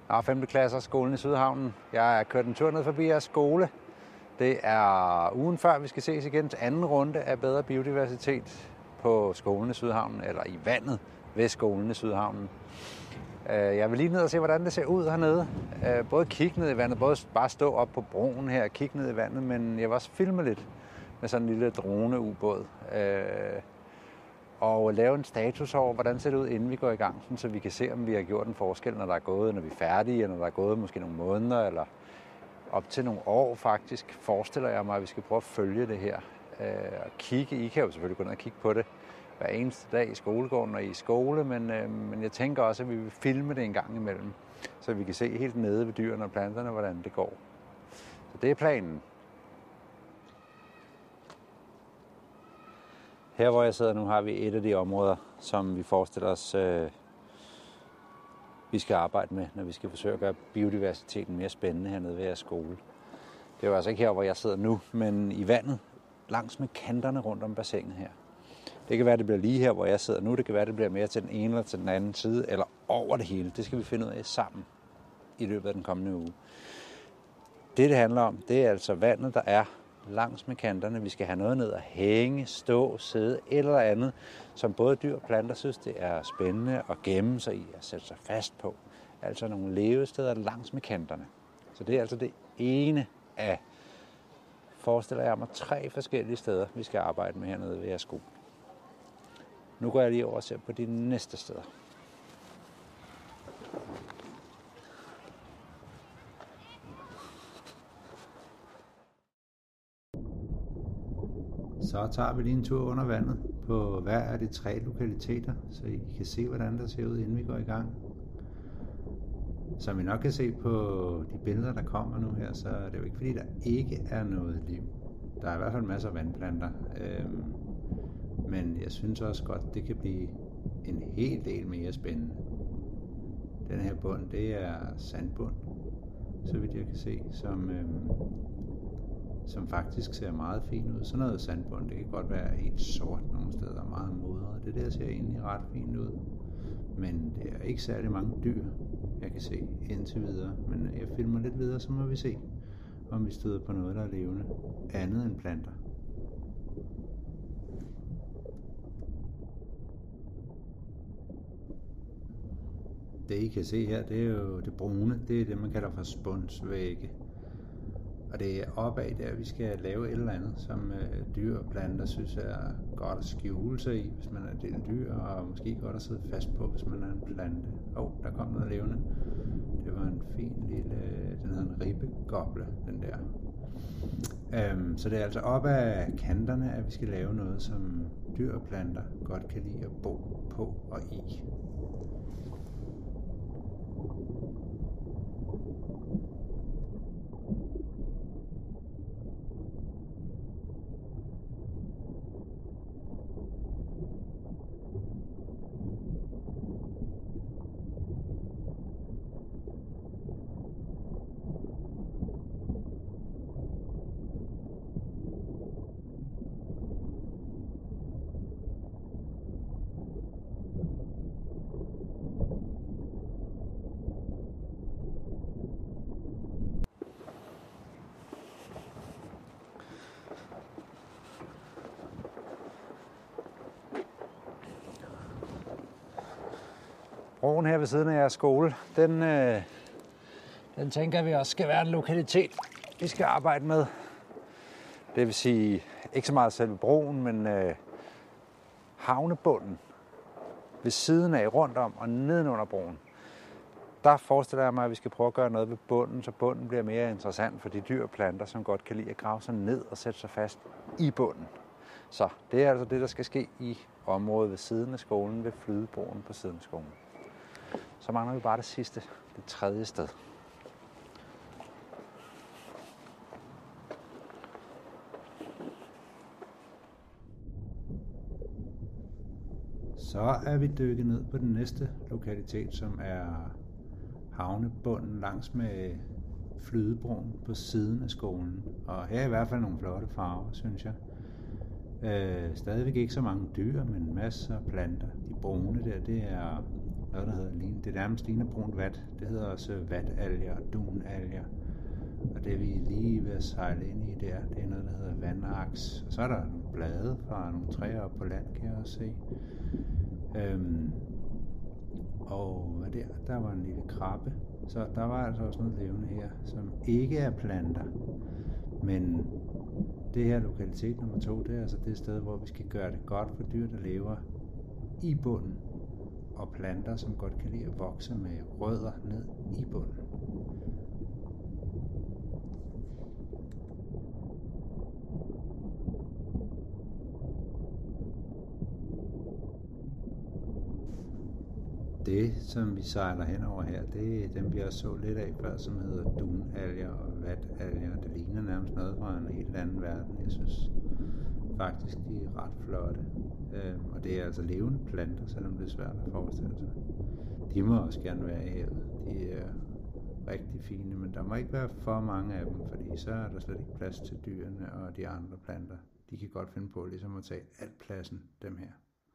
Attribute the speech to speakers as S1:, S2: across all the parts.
S1: Nå, 5. klasser, skolen i Sydhavnen. Jeg er kørt en tur ned forbi jeres skole. Det er ugen før, vi skal ses igen til anden runde af bedre biodiversitet på skolen i Sydhavnen, eller i vandet ved skolen i Sydhavnen. Jeg vil lige ned og se, hvordan det ser ud hernede. Både kigge ned i vandet, både bare stå op på broen her og kigge ned i vandet, men jeg vil også filme lidt med sådan en lille droneubåd. Og lave en status over, hvordan ser det ud, inden vi går i gang, så vi kan se, om vi har gjort en forskel, når der er gået, når vi er færdige, eller når der er gået måske nogle måneder, eller op til nogle år faktisk, forestiller jeg mig, at vi skal prøve at følge det her. Og kigge, I kan jo selvfølgelig gå ned og kigge på det hver eneste dag i skolegården og i skole, men jeg tænker også, at vi vil filme det en gang imellem, så vi kan se helt nede ved dyrene og planterne, hvordan det går. Så det er planen. Her, hvor jeg sidder nu, har vi et af de områder, som vi forestiller os, vi skal arbejde med, når vi skal forsøge at gøre biodiversiteten mere spændende hernede ved jeres skole. Det er jo altså ikke her, hvor jeg sidder nu, men i vandet, langs med kanterne rundt om bassinet her. Det kan være, det bliver lige her, hvor jeg sidder nu. Det kan være, det bliver mere til den ene eller til den anden side, eller over det hele. Det skal vi finde ud af sammen i løbet af den kommende uge. Det handler om, det er altså vandet, der er langs med kanterne. Vi skal have noget ned at hænge, stå, sidde, et eller andet, som både dyr og planter synes, det er spændende at gemme sig i og sætte sig fast på. Altså nogle levesteder langs med kanterne. Så det er altså det ene af, forestiller jeg mig, 3 forskellige steder, vi skal arbejde med hernede ved jeres skole. Nu går jeg lige over og ser på de næste steder. Så tager vi lige en tur under vandet på hver af de 3 lokaliteter, så I kan se, hvordan der ser ud, inden vi går i gang. Som I nok kan se på de billeder, der kommer nu her, så er det jo ikke fordi, der ikke er noget liv. Der er i hvert fald masser af vandplanter, men jeg synes også godt, det kan blive en hel del mere spændende. Den her bund, det er sandbund, så vidt jeg kan se, som faktisk ser meget fint ud. Sådan noget sandbund, det kan godt være helt sort nogle steder, meget modret. Det der ser egentlig ret fint ud. Men det er ikke særlig mange dyr, jeg kan se indtil videre. Men jeg filmer lidt videre, så må vi se, om vi støder på noget, der er levende. Andet end planter. Det I kan se her, det er jo det brune. Det er det, man kalder for spunsvægge. Og det er opad der, vi skal lave et eller andet, som dyr og planter synes er godt at skjule sig i, hvis man er et dyr, og måske godt at sidde fast på, hvis man er en plante. Der kom noget levende. Det var en fin lille, den hedder en ribbegoble, den der. Så det er altså op ad kanterne, at vi skal lave noget, som dyr og planter godt kan lide at bo på og i. Broen her ved siden af jeres skole, den tænker vi også skal være en lokalitet, vi skal arbejde med. Det vil sige, ikke så meget selve broen, men havnebunden ved siden af, rundt om og nedenunder broen. Der forestiller jeg mig, at vi skal prøve at gøre noget ved bunden, så bunden bliver mere interessant for de dyr og planter, som godt kan lide at grave sig ned og sætte sig fast i bunden. Så det er altså det, der skal ske i området ved siden af skolen, ved flydebroen på siden af skolen. Så mangler vi bare det sidste, det 3. sted. Så er vi dykket ned på den næste lokalitet, som er havnebunden langs med flydebroen på siden af skolen. Og her er i hvert fald nogle flotte farver, synes jeg. Stadigvæk ikke så mange dyr, men masser af planter. De brune der, det er noget, der hedder det er nærmest ligner brunt vat. Det hedder også vatalger og dunalger. Og det vi lige ved at sejle ind i der, det er noget, der hedder vandaks. Og så er der nogle blade fra nogle træer op på land, kan jeg også se. Og der var en lille krabbe. Så der var altså også noget levende her, som ikke er planter. Men det her lokalitet nummer 2, det er altså det sted, hvor vi skal gøre det godt for dyr, der lever i bunden. Og planter, som godt kan lide at vokse med rødder ned i bunden. Det, som vi sejler henover her, det er dem, vi også så lidt af før, som hedder dunalger og vatalger. Det ligner nærmest noget fra en helt anden verden. Jeg synes faktisk, de er ret flotte. Og det er altså levende planter, selvom det er svært at forestille sig. De må også gerne være i havet. De er rigtig fine, men der må ikke være for mange af dem, fordi så er der slet ikke plads til dyrene og de andre planter. De kan godt finde på ligesom at tage al pladsen, dem her.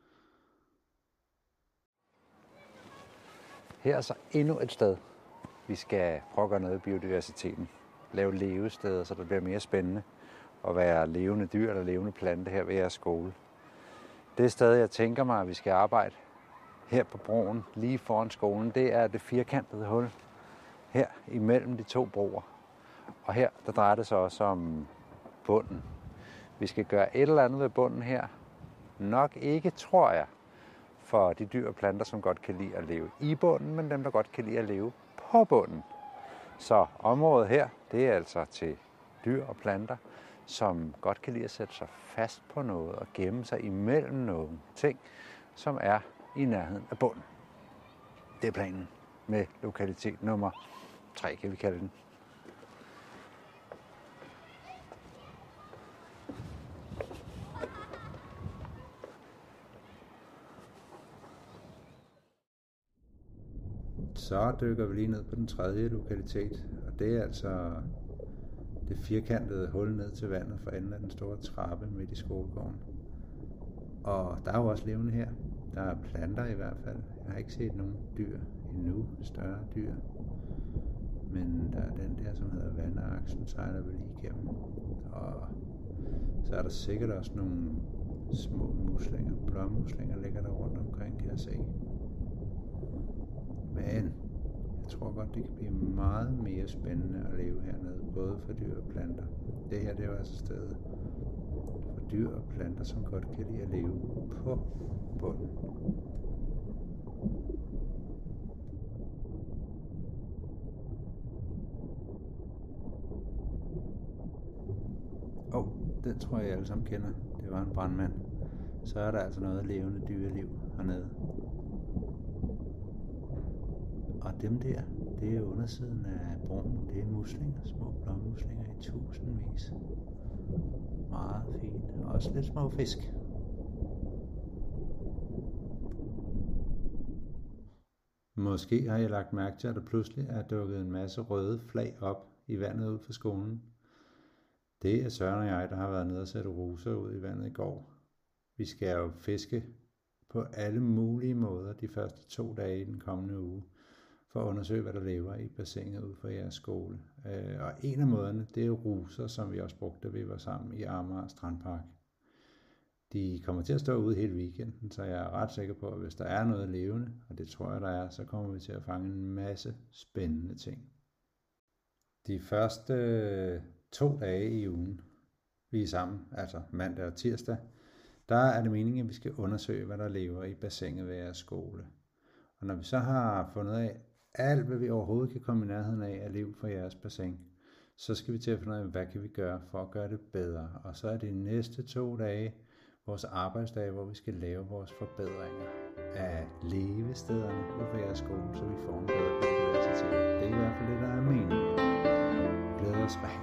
S1: Her er så endnu et sted, vi skal prøve at gøre noget i biodiversiteten. Lave levesteder, så det bliver mere spændende at være levende dyr eller levende plante her ved jeres skole. Det sted, jeg tænker mig, at vi skal arbejde her på broen, lige foran skolen, det er det firkantede hul her imellem de 2 broer. Og her, der drejer det sig også om bunden. Vi skal gøre et eller andet ved bunden her. Nok ikke, tror jeg, for de dyr og planter, som godt kan lide at leve i bunden, men dem, der godt kan lide at leve på bunden. Så området her, det er altså til dyr og planter, som godt kan lide at sætte sig fast på noget og gemme sig imellem nogle ting, som er i nærheden af bunden. Det er planen med lokalitet nummer 3, kan vi kalde den. Så dykker vi lige ned på den 3. lokalitet, og det er altså det firkantede hul ned til vandet for enden af den store trappe midt i skolegården. Og der er jo også levende her. Der er planter i hvert fald. Jeg har ikke set nogen dyr endnu, større dyr. Men der er den der, som hedder vandaksen, sejler vi lige igennem. Og så er der sikkert også nogle små muslinger, blåmuslinger ligger der rundt omkring, kan jeg se. Men jeg tror godt, det kan blive meget mere spændende at leve hernede, både for dyr og planter. Det her, det er jo altså stedet for dyr og planter, som godt kan lide at leve på bunden. Den tror jeg alle sammen kender. Det var en brandmand. Så er der altså noget levende dyreliv hernede. Og dem der, det er undersiden af broen. Det er muslinger, små blåmuslinger i tusindvis. Meget fine. Også lidt små fisk. Måske har jeg lagt mærke til, at der pludselig er dukket en masse røde flag op i vandet ud for skolen. Det er Søren og jeg, der har været nede og sætte ruser ud i vandet i går. Vi skal jo fiske på alle mulige måder de første 2 dage i den kommende uge, for at undersøge, hvad der lever i bassinet ud for jeres skole. Og en af måderne, det er ruser, som vi også brugte, da vi var sammen i Amager Strandpark. De kommer til at stå ude hele weekenden, så jeg er ret sikker på, at hvis der er noget levende, og det tror jeg, der er, så kommer vi til at fange en masse spændende ting. De første 2 dage i ugen, vi er sammen, altså mandag og tirsdag, der er det meningen, at vi skal undersøge, hvad der lever i bassinet ved jeres skole. Og når vi så har fundet af alt, hvad vi overhovedet kan komme i nærheden af liv for jeres bassin, så skal vi til at finde ud af, hvad kan vi gøre for at gøre det bedre. Og så er det næste 2 dage, vores arbejdsdage, hvor vi skal lave vores forbedringer af levestederne ud for jeres skole, så vi får en bedre biodiversitet. Det er i hvert fald det, der er meningen. Glæder os